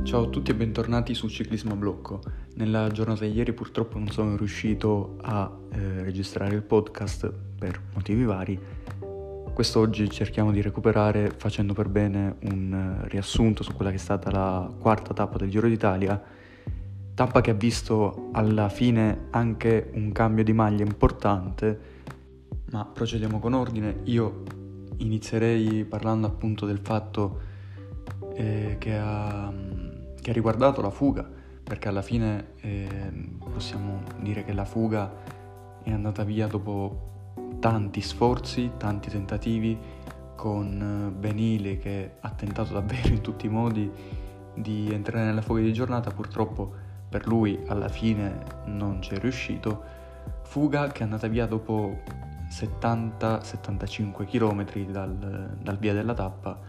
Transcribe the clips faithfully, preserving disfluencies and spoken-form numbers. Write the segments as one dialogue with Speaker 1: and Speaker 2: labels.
Speaker 1: Ciao a tutti e bentornati su Ciclismo a Blocco. Nella giornata di ieri purtroppo non sono riuscito a eh, registrare il podcast per motivi vari. Quest'oggi cerchiamo di recuperare facendo per bene un eh, riassunto su quella che è stata la quarta tappa del Giro d'Italia, tappa che ha visto alla fine anche un cambio di maglia importante, ma procediamo con ordine. Io inizierei parlando appunto del fatto eh, che ha... che ha riguardato la fuga, perché alla fine eh, possiamo dire che la fuga è andata via dopo tanti sforzi, tanti tentativi, con Benili che ha tentato davvero in tutti i modi di entrare nella fuga di giornata. Purtroppo per lui alla fine non ci è riuscito. Fuga che è andata via dopo settanta settantacinque chilometri dal, dal via della tappa,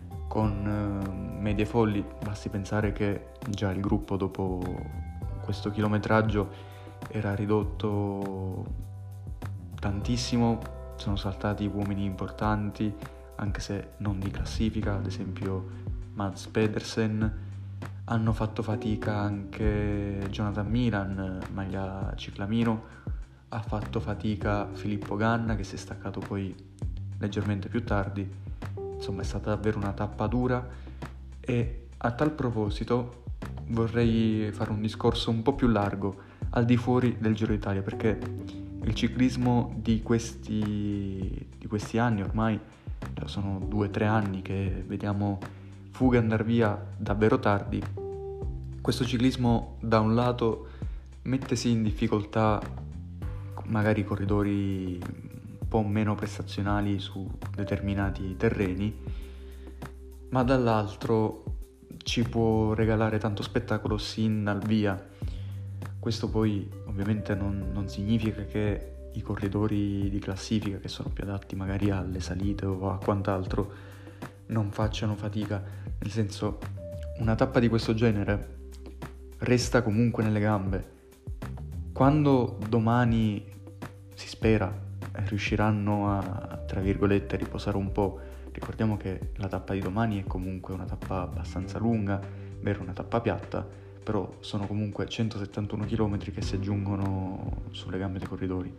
Speaker 1: con medie folli. Basti pensare che già il gruppo dopo questo chilometraggio era ridotto tantissimo, sono saltati uomini importanti, anche se non di classifica, ad esempio Mads Pedersen, hanno fatto fatica anche Jonathan Milan, maglia ciclamino, ha fatto fatica Filippo Ganna che si è staccato poi leggermente più tardi. Insomma, è stata davvero una tappa dura e a tal proposito vorrei fare un discorso un po' più largo, al di fuori del Giro d'Italia, perché il ciclismo di questi, di questi anni, ormai sono due o tre anni che vediamo fughe andare via davvero tardi. Questo ciclismo da un lato mette sì in difficoltà magari corridori un po' meno prestazionali su determinati terreni, ma dall'altro ci può regalare tanto spettacolo sin dal via. Questo poi ovviamente non, non significa che i corridori di classifica, che sono più adatti magari alle salite o a quant'altro, non facciano fatica, nel senso, una tappa di questo genere resta comunque nelle gambe. Quando domani si spera riusciranno a, tra virgolette, riposare un po', ricordiamo che la tappa di domani è comunque una tappa abbastanza lunga, vero, una tappa piatta, però sono comunque centosettantuno chilometri che si aggiungono sulle gambe dei corridori.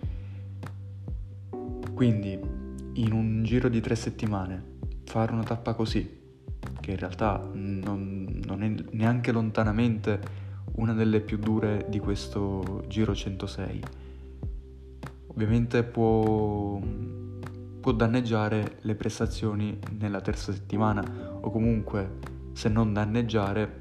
Speaker 1: Quindi in un giro di tre settimane fare una tappa così, che in realtà non, non è neanche lontanamente una delle più dure di questo Giro centosei, ovviamente può, può danneggiare le prestazioni nella terza settimana, o comunque, se non danneggiare,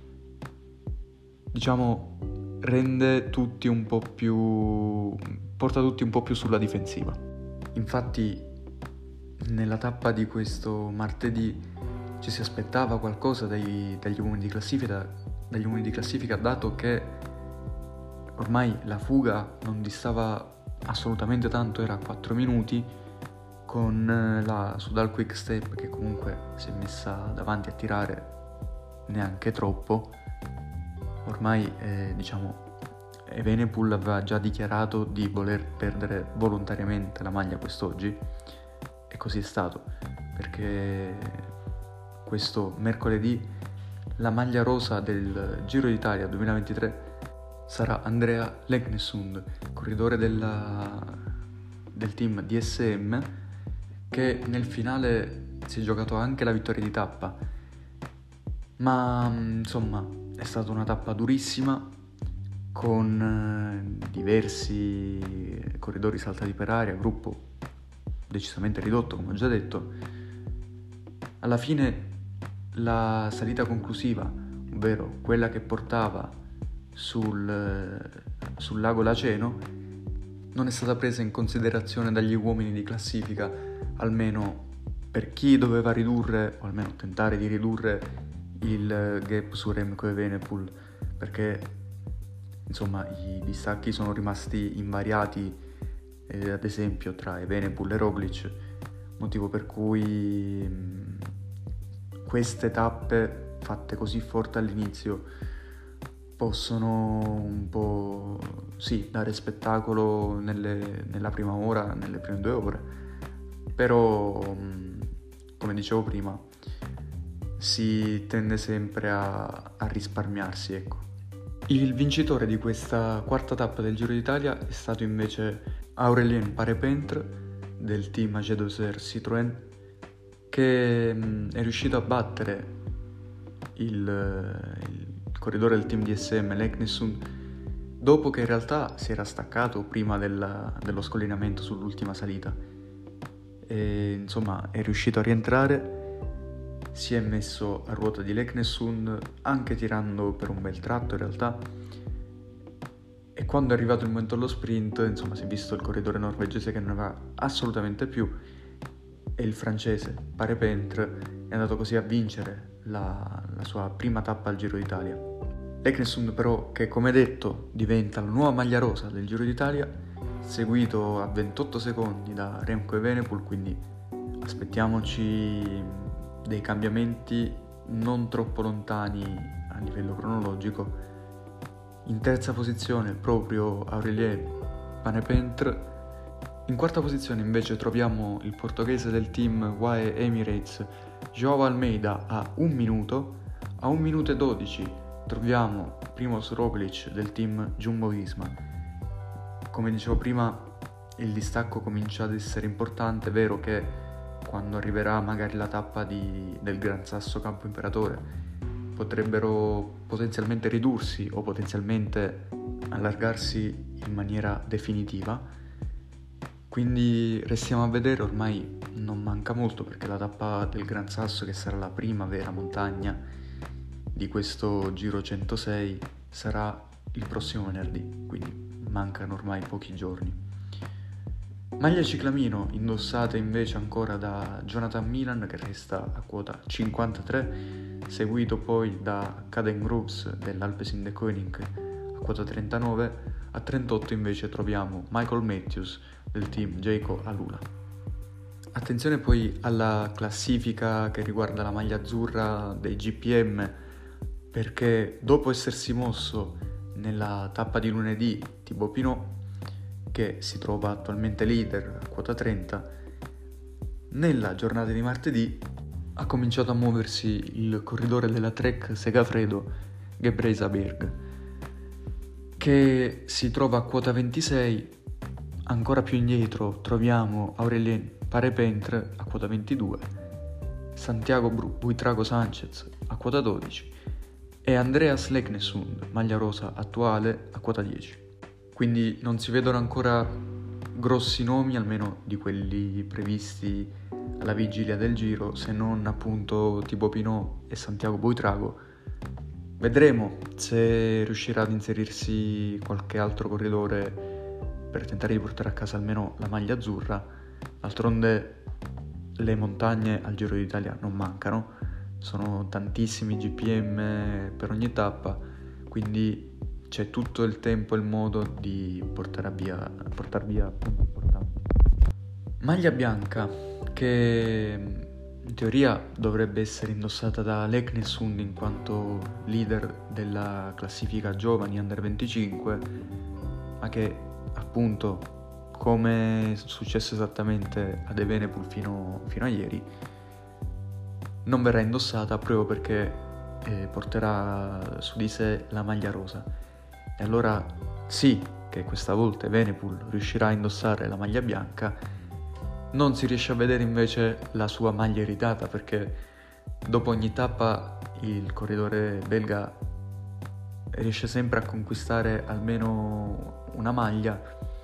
Speaker 1: diciamo, rende tutti un po' più, porta tutti un po' più sulla difensiva. Infatti nella tappa di questo martedì ci si aspettava qualcosa dai, dagli uomini di classifica, dagli uomini di classifica, dato che ormai la fuga non distava assolutamente tanto, era a quattro minuti, con la Soudal Quick-Step che comunque si è messa davanti a tirare neanche troppo. Ormai eh, diciamo Evenepoel aveva già dichiarato di voler perdere volontariamente la maglia quest'oggi, e così è stato, perché questo mercoledì la maglia rosa del Giro d'Italia duemilaventitré sarà Andrea Leknessund, corridore della, del team D S M, che nel finale si è giocato anche la vittoria di tappa. Ma insomma è stata una tappa durissima, con diversi corridori saltati per aria, gruppo decisamente ridotto, come ho già detto. Alla fine la salita conclusiva, ovvero quella che portava sul, sul lago Laceno, non è stata presa in considerazione dagli uomini di classifica, almeno per chi doveva ridurre, o almeno tentare di ridurre, il gap su Remco Evenepoel, perché insomma i distacchi sono rimasti invariati, eh, ad esempio tra Evenepoel e Roglic, motivo per cui mh, queste tappe fatte così forti all'inizio possono un po' sì dare spettacolo nelle, nella prima ora, nelle prime due ore, però come dicevo prima si tende sempre a, a risparmiarsi, ecco. Il vincitore di questa quarta tappa del Giro d'Italia è stato invece Aurélien Parepintre del team Age Dosser Citroën, che mh, è riuscito a battere il, il corridore del team D S M Leknessund dopo che in realtà si era staccato prima della, dello scollinamento sull'ultima salita. E, insomma, è riuscito a rientrare, si è messo a ruota di Leknessund anche tirando per un bel tratto in realtà, e quando è arrivato il momento dello sprint, insomma, si è visto il corridore norvegese che non aveva assolutamente più, e il francese Parepintre è andato così a vincere la, la sua prima tappa al Giro d'Italia. Leknessund però, che come detto diventa la nuova maglia rosa del Giro d'Italia, seguito a ventotto secondi da Remco Evenepoel, quindi aspettiamoci dei cambiamenti non troppo lontani a livello cronologico. In terza posizione proprio Aurélien Parepintre. In quarta posizione invece troviamo il portoghese del team U A E Emirates João Almeida a un minuto. A un minuto e dodici troviamo Primož Roglič del team Jumbo-Visma. Come dicevo prima, il distacco comincia ad essere importante. È vero che quando arriverà magari la tappa di, del Gran Sasso Campo Imperatore potrebbero potenzialmente ridursi o potenzialmente allargarsi in maniera definitiva, quindi restiamo a vedere. Ormai non manca molto, perché la tappa del Gran Sasso, che sarà la prima vera montagna di questo Giro centosei, sarà il prossimo venerdì, quindi mancano ormai pochi giorni. Maglia ciclamino indossata invece ancora da Jonathan Milan, che resta a quota cinquantatré, seguito poi da Caden Groves dell'Alpecin de Koning a quota trentanove. A trentotto invece troviamo Michael Matthews del team Jayco Alula. Attenzione poi alla classifica che riguarda la maglia azzurra dei G P M, perché dopo essersi mosso nella tappa di lunedì Thibaut Pinot, che si trova attualmente leader a quota trenta, nella giornata di martedì ha cominciato a muoversi il corridore della Trek Segafredo Gebrselassie, che si trova a quota ventisei. Ancora più indietro troviamo Aurélien Parepintre a quota ventidue, Santiago Buitrago Sanchez a quota dodici e Andreas Leknessund, maglia rosa attuale, a quota dieci. Quindi non si vedono ancora grossi nomi, almeno di quelli previsti alla vigilia del Giro, se non appunto Thibaut Pinot e Santiago Buitrago. Vedremo se riuscirà ad inserirsi qualche altro corridore per tentare di portare a casa almeno la maglia azzurra. D'altronde le montagne al Giro d'Italia non mancano, sono tantissimi G P M per ogni tappa, quindi c'è tutto il tempo e il modo di portare via, portare via punti importanti. Maglia bianca che in teoria dovrebbe essere indossata da Leknessund in quanto leader della classifica giovani under venticinque, ma che appunto, come è successo esattamente ad Evenepoel fino, fino a ieri, non verrà indossata proprio perché eh, porterà su di sé la maglia rosa. E allora sì che questa volta Evenepoel riuscirà a indossare la maglia bianca. Non si riesce a vedere invece la sua maglia iridata, perché dopo ogni tappa il corridore belga riesce sempre a conquistare almeno una maglia,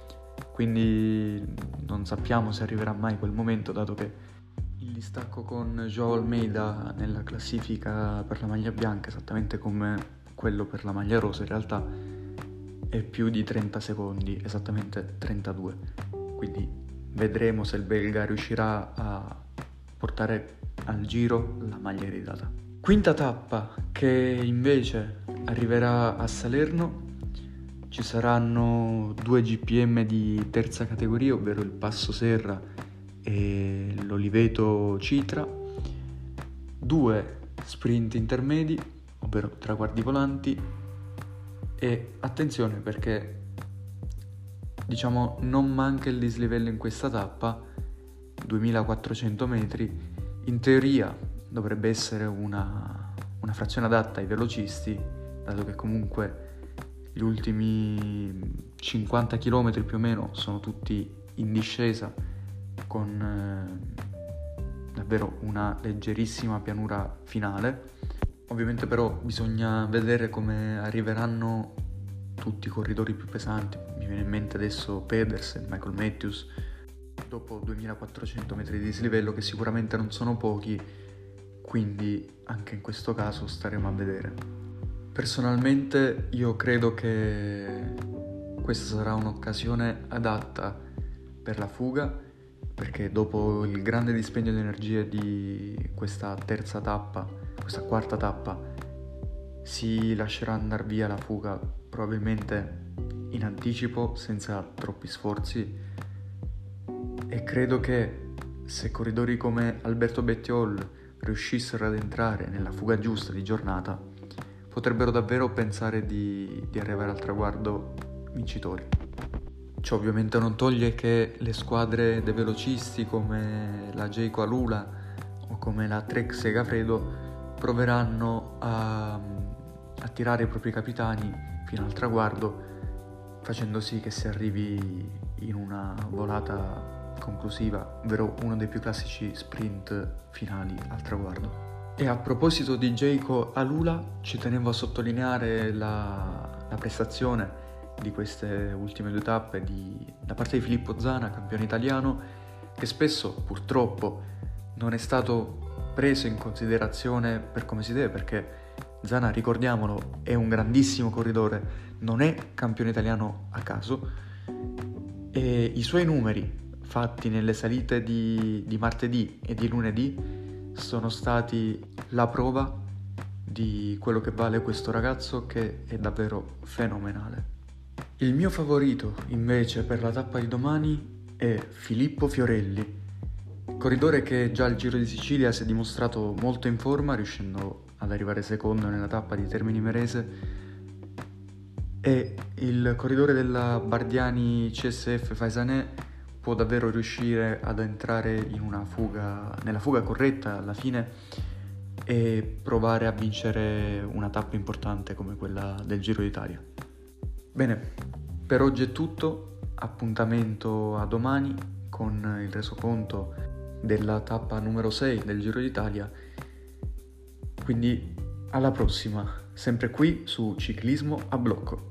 Speaker 1: quindi non sappiamo se arriverà mai quel momento, dato che il distacco con João Almeida nella classifica per la maglia bianca, esattamente come quello per la maglia rosa, in realtà è più di trenta secondi, esattamente trentadue, quindi vedremo se il belga riuscirà a portare al Giro la maglia iridata. Quinta tappa, che invece arriverà a Salerno. Ci saranno due G P M di terza categoria, ovvero il Passo Serra e l'Oliveto Citra, due sprint intermedi, ovvero traguardi volanti, e attenzione perché diciamo non manca il dislivello in questa tappa, duemilaquattrocento metri. In teoria dovrebbe essere una, una frazione adatta ai velocisti, dato che comunque gli ultimi cinquanta chilometri più o meno sono tutti in discesa, con eh, davvero una leggerissima pianura finale. Ovviamente però bisogna vedere come arriveranno tutti i corridori più pesanti. Mi viene in mente adesso Pedersen, Michael Matthews, dopo duemilaquattrocento metri di dislivello, che sicuramente non sono pochi, quindi anche in questo caso staremo a vedere. Personalmente io credo che questa sarà un'occasione adatta per la fuga, perché dopo il grande dispendio di energie di questa terza tappa, questa quarta tappa, si lascerà andare via la fuga probabilmente in anticipo, senza troppi sforzi, e credo che se corridori come Alberto Bettiol riuscissero ad entrare nella fuga giusta di giornata, potrebbero davvero pensare di, di arrivare al traguardo vincitori. Ciò ovviamente non toglie che le squadre dei velocisti come la Jayco Alula o come la Trek Segafredo proveranno a, a tirare i propri capitani fino al traguardo, facendo sì che si arrivi in una volata conclusiva, ovvero uno dei più classici sprint finali al traguardo. E a proposito di Jayco Alula, ci tenevo a sottolineare la, la prestazione di queste ultime due tappe di, da parte di Filippo Zana, campione italiano, che spesso purtroppo non è stato preso in considerazione per come si deve, perché Zana, ricordiamolo, è un grandissimo corridore, non è campione italiano a caso, e i suoi numeri fatti nelle salite di, di martedì e di lunedì sono stati la prova di quello che vale questo ragazzo, che è davvero fenomenale. Il mio favorito invece per la tappa di domani è Filippo Fiorelli, corridore che già al Giro di Sicilia si è dimostrato molto in forma, riuscendo ad arrivare secondo nella tappa di Termini Imerese, e il corridore della Bardiani C S F Faisanè può davvero riuscire ad entrare in una fuga, nella fuga corretta alla fine, e provare a vincere una tappa importante come quella del Giro d'Italia. Bene, per oggi è tutto, appuntamento a domani con il resoconto della tappa numero sei del Giro d'Italia, quindi alla prossima, sempre qui su Ciclismo a Blocco.